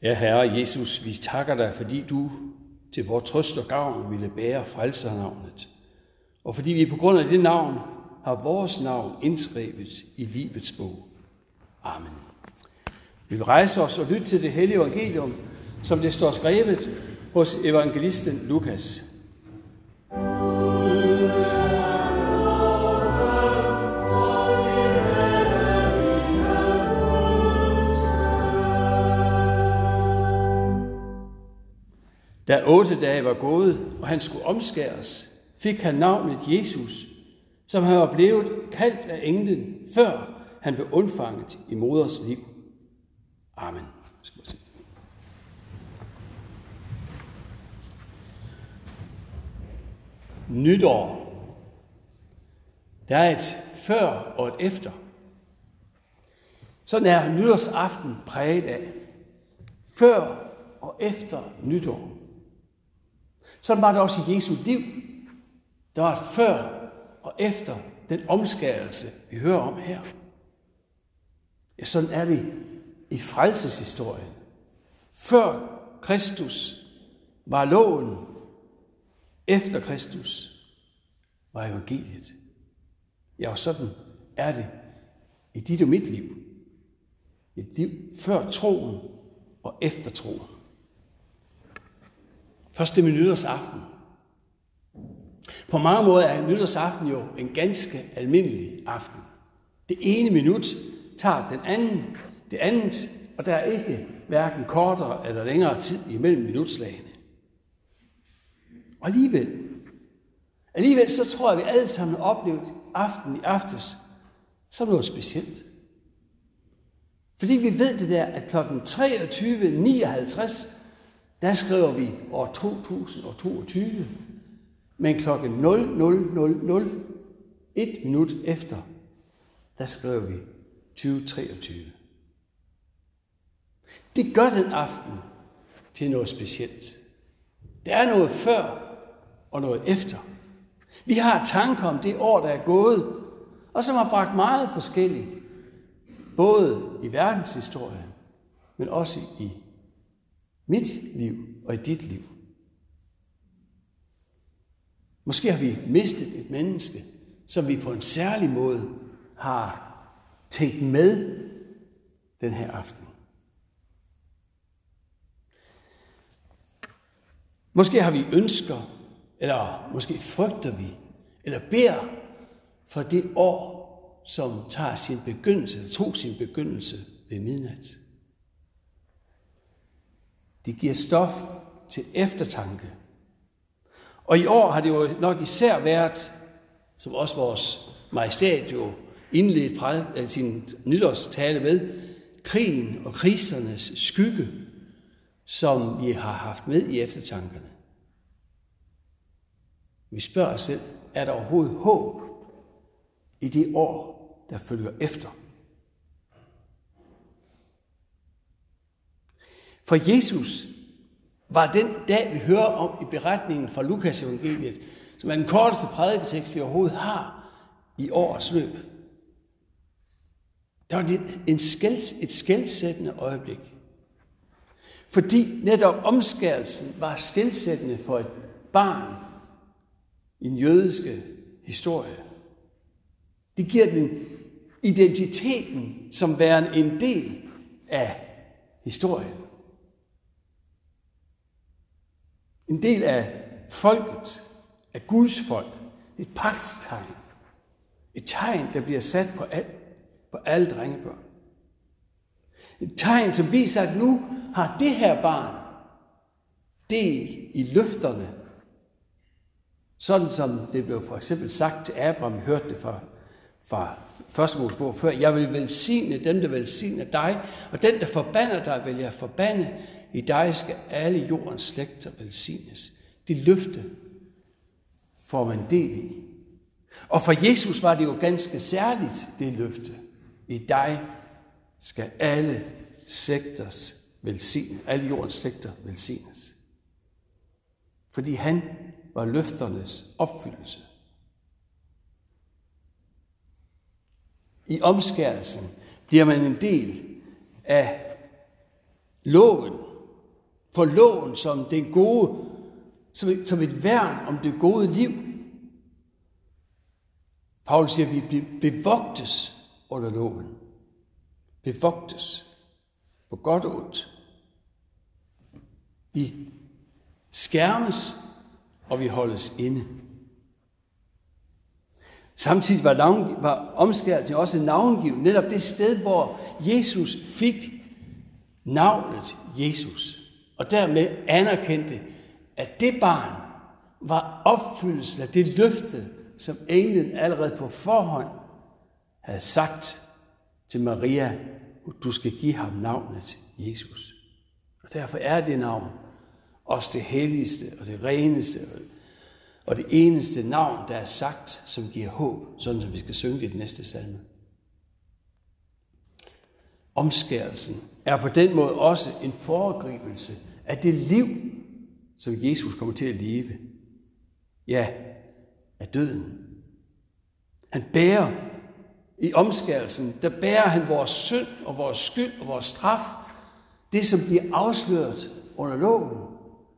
Ja, Herre Jesus, vi takker dig, fordi du til vor trøst og gavn ville bære frelsernavnet. Og fordi vi på grund af det navn har vores navn indskrevet i livets bog. Amen. Vi vil rejse os og lytte til det hellige evangelium, som det står skrevet hos evangelisten Lukas. Da 8 dage var gået, og han skulle omskæres, fik han navnet Jesus, som han var blevet kaldt af englen, før han blev undfanget i moders liv. Amen. Nytår. Der er et før og et efter. Sådan er nytårsaften præget af. Før og efter nytår. Sådan var det også i Jesu liv. Der var et før og efter den omskærelse, vi hører om her. Ja, sådan er det i frelseshistorien. Før Kristus var loven, efter Kristus var evangeliet. Ja, og sådan er det i dit og mit liv. Et liv før troen og efter troen. Først det med nytårsaften. På mange måder er nytårsaften jo en ganske almindelig aften. Det ene minut tager det andet, og der er ikke hverken kortere eller længere tid imellem minutslagene. Og alligevel så tror jeg, vi alle sammen har oplevet aften i aftes som noget specielt. Fordi vi ved det der, at kl. 23.59, der skriver vi år 2022, men kl. 00.00, 1 minut efter, der skriver vi 2023. Det gør den aften til noget specielt. Der er noget før og noget efter. Vi har tanker om det år, der er gået, og som har bragt meget forskelligt, både i verdenshistorien, men også i mit liv og i dit liv. Måske har vi mistet et menneske, som vi på en særlig måde har tænkt med den her aften. Måske har vi ønsker, eller måske frygter vi, eller beder for det år, som tog sin begyndelse ved midnat. Det giver stof til eftertanke. Og i år har det jo nok især været, som også vores majestæt jo indledte sin nytårstale med, krigen og krisernes skygge, som vi har haft med i eftertankerne. Vi spørger os selv, er der overhovedet håb i det år, der følger efter? For Jesus var den dag, vi hører om i beretningen fra Lukas evangeliet, som er den korteste prædiketekst, vi overhovedet har i årets løb. Der var det et skelsættende øjeblik. Fordi netop omskærelsen var skelsættende for et barn i den jødiske historie. Det giver den identiteten som værende en del af historien. En del af folket, af Guds folk. Et pagtstegn. Et tegn, der bliver sat på alle drengebørn. Et tegn, som viser, at nu har det her barn del i løfterne. Sådan som det blev for eksempel sagt til Abraham, vi hørte det fra første Mosebog før, jeg vil velsigne dem, der velsigner dig, og den, der forbander dig, vil jeg forbande. I dig skal alle jordens slægter velsignes. Det løfte får man del i. Og for Jesus var det jo ganske særligt, det løfte. I dig skal alle jordens slægter velsignes. Fordi han var løfternes opfyldelse. I omskærelsen bliver man en del af loven, For loven som den gode, som et værn om det gode liv. Paulus siger, at vi bevogtes under loven. Bevogtes. På godt og ondt. Vi skærmes, og vi holdes inde. Samtidig var omskærelsen også navngivet, netop det sted, hvor Jesus fik navnet Jesus. Og dermed anerkendte, at det barn var opfyldelsen af det løfte, som englen allerede på forhånd havde sagt til Maria, du skal give ham navnet Jesus. Og derfor er det navn også det helligste og det reneste og det eneste navn, der er sagt, som giver håb, sådan som vi skal synge i den næste salme. Omskærelsen er på den måde også en foregribelse af det liv, som Jesus kommer til at leve. Ja, af døden. Han bærer i omskærelsen, der bærer han vores synd og vores skyld og vores straf, det som bliver afsløret under loven.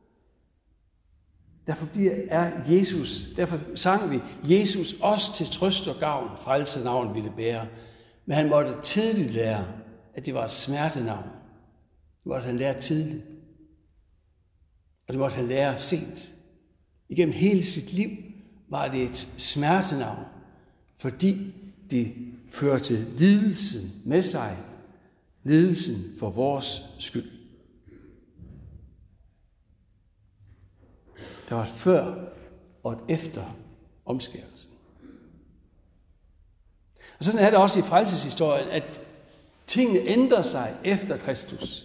Derfor sang vi, Jesus os til trøst og gavn, frelsenavn ville bære. Men han måtte tidligt lære, at det var et smertenavn. Det måtte han lære tidligt. Og det måtte han lære sent. Igennem hele sit liv var det et smertenavn, fordi det førte lidelsen med sig. Lidelsen for vores skyld. Der var et før og et efter omskærelsen. Og sådan er det også i frelseshistorien, at tingene ændrer sig efter Kristus.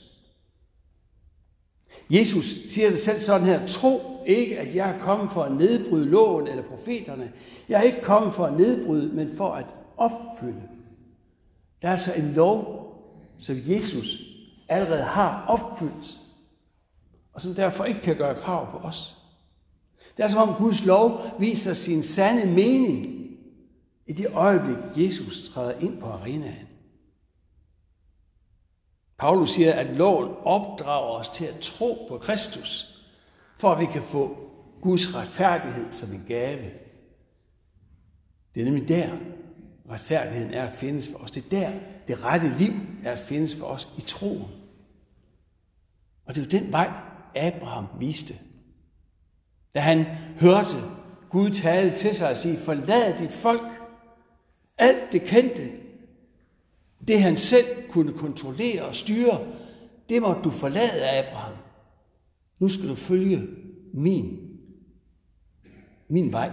Jesus siger det selv sådan her, tro ikke, at jeg er kommet for at nedbryde loven eller profeterne. Jeg er ikke kommet for at nedbryde, men for at opfylde. Der er altså en lov, som Jesus allerede har opfyldt, og som derfor ikke kan gøre krav på os. Det er som om Guds lov viser sin sande mening i det øjeblik, Jesus træder ind på arenaen. Paulus siger, at loven opdrager os til at tro på Kristus, for at vi kan få Guds retfærdighed som en gave. Det er nemlig der, retfærdigheden er at findes for os. Det er der, det rette liv er at findes for os i troen. Og det er jo den vej, Abraham viste. Da han hørte Gud tale til sig og sige, forlad dit folk, alt det kendte, det han selv kunne kontrollere og styre, det måtte du forlade, Abraham. Nu skal du følge min vej.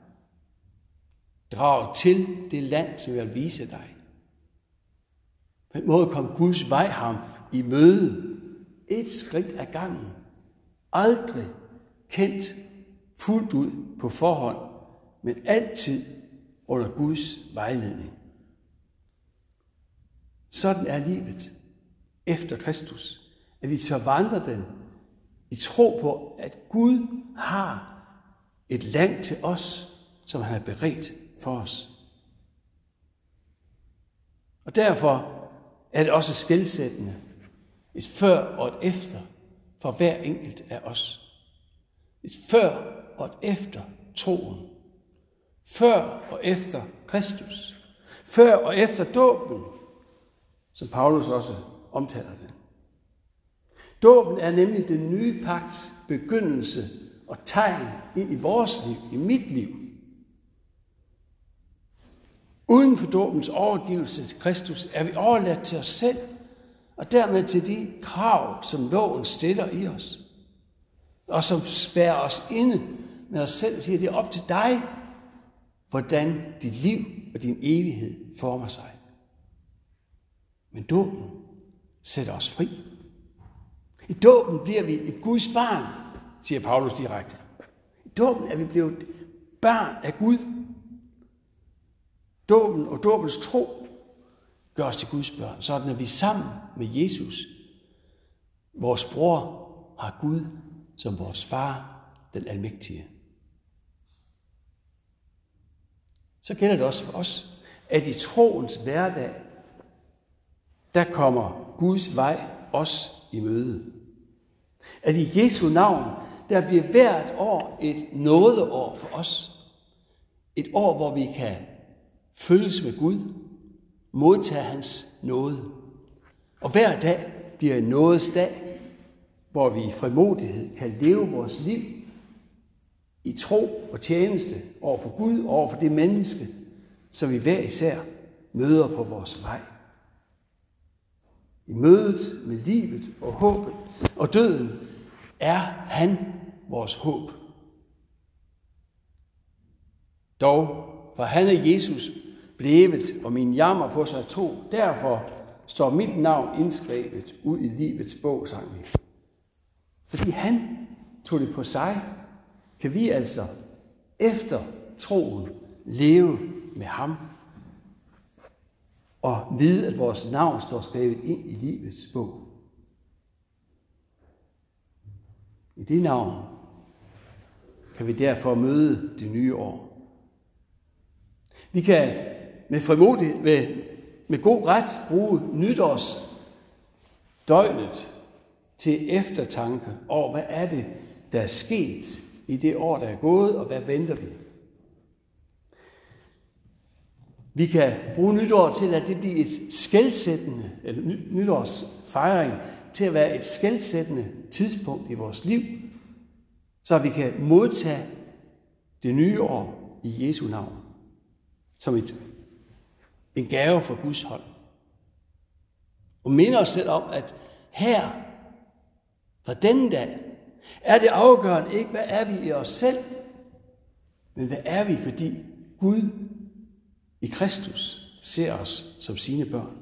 Drag til det land, som jeg vil vise dig. På en måde kom Guds vej ham i møde. Et skridt ad gangen. Aldrig kendt fuldt ud på forhånd, men altid under Guds vejledning. Sådan er livet efter Kristus, at vi tør vandre den i tro på, at Gud har et land til os, som han har beredt for os. Og derfor er det også skelsættende, et før og et efter for hver enkelt af os. Et før og et efter troen. Før og efter Kristus. Før og efter dåben, som Paulus også omtaler det. Dåben er nemlig den nye pagts begyndelse og tegn ind i vores liv, i mit liv. Uden for dåbens overgivelse til Kristus er vi overladt til os selv, og dermed til de krav, som loven stiller i os, og som spærrer os inde med os selv og siger, det er op til dig, hvordan dit liv og din evighed former sig. Men dåben sætter os fri. I dåben bliver vi et Guds barn, siger Paulus direkte. I dåben er vi blevet barn af Gud. Dåben og dåbens tro gør os til Guds børn, sådan at vi sammen med Jesus, vores bror, har Gud som vores far, den almægtige. Så gælder det også for os, at i troens hverdag, der kommer Guds vej os i møde. At i Jesu navn, der bliver hvert år et nådeår for os. Et år, hvor vi kan følges med Gud, modtage hans nåde. Og hver dag bliver en nådesdag, hvor vi i frimodighed kan leve vores liv i tro og tjeneste over for Gud og over for det menneske, som vi hver især møder på vores vej. I mødet med livet og håbet og døden er han vores håb. Dog, for han er Jesus blevet, og min jammer på sig tog, derfor står mit navn indskrevet ud i livets bog, sang vi. Fordi han tog det på sig, kan vi altså efter troen leve med ham og vide, at vores navn står skrevet ind i livets bog. I det navn kan vi derfor møde det nye år. Vi kan med frimodighed, med god ret bruge nytårsdøgnet til eftertanke over, hvad er det, der er sket i det år, der er gået, og hvad venter vi? Vi kan bruge nytår til, at det bliver et skelsættende, eller nytårsfejring, til at være et skelsættende tidspunkt i vores liv, så vi kan modtage det nye år i Jesu navn, som en gave fra Guds hånd. Og minde os selv om, at her, fra denne dag, er det afgørende ikke, hvad er vi i os selv, men hvad er vi, fordi Gud i Kristus ser os som sine børn.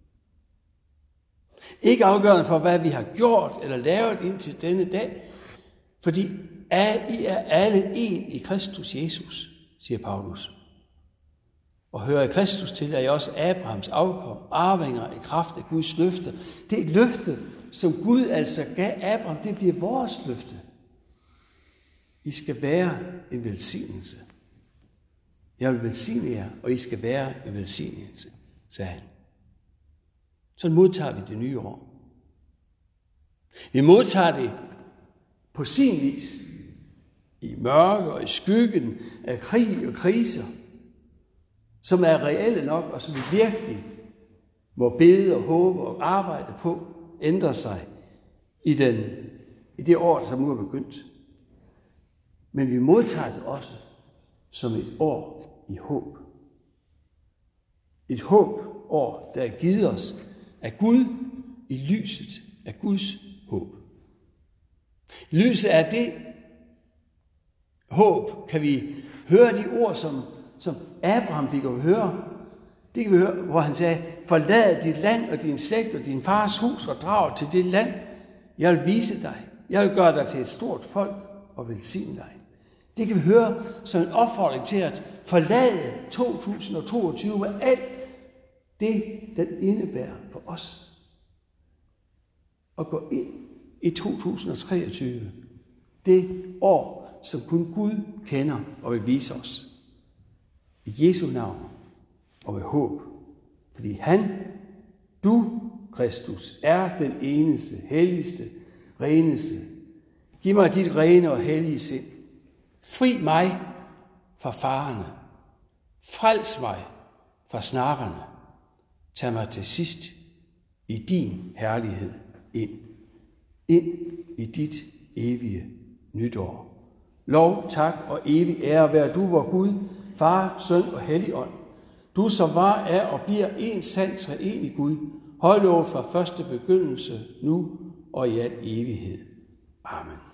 Ikke afgørende for, hvad vi har gjort eller lavet indtil denne dag, fordi I er alle en i Kristus Jesus, siger Paulus. Og hører i Kristus til, at I også Abrahams afkom, arvinger i kraft af Guds løfter. Det er et løfte, som Gud altså gav Abraham. Det bliver vores løfte. I skal være en velsignelse. Jeg vil velsigne jer, og I skal være en velsignelse, sagde han. Så modtager vi det nye år. Vi modtager det på sin vis, i mørke og i skyggen af krig og kriser, som er reelle nok, og som vi virkelig må bede og håbe og arbejde på, ændre sig i det år, som nu er begyndt. Men vi modtager det også som et år i håb. Et håbår, der er givet os af Gud i lyset af Guds håb. I lyset af det håb kan vi høre de ord, som Abraham fik at høre. Det kan vi høre, hvor han sagde, forlad dit land og din slægt og din fars hus og drag til det land. Jeg vil vise dig. Jeg vil gøre dig til et stort folk og velsigne dig. Det kan vi høre som en opfordring til at forlade 2022 med alt det, den indebærer for os. Og gå ind i 2023. Det år, som kun Gud kender og vil vise os. I Jesu navn og med håb. Fordi han, du, Kristus, er den eneste, helligste, reneste. Giv mig dit rene og hellige sind. Fri mig fra farerne. Frels mig fra snarerne. Tag mig til sidst i din herlighed ind. Ind i dit evige nytår. Lov, tak og evig ære være du, vor Gud, Far, Søn og Helligånd. Du som var, er og bliver en sand treenig Gud, højlovet fra første begyndelse, nu og i al evighed. Amen.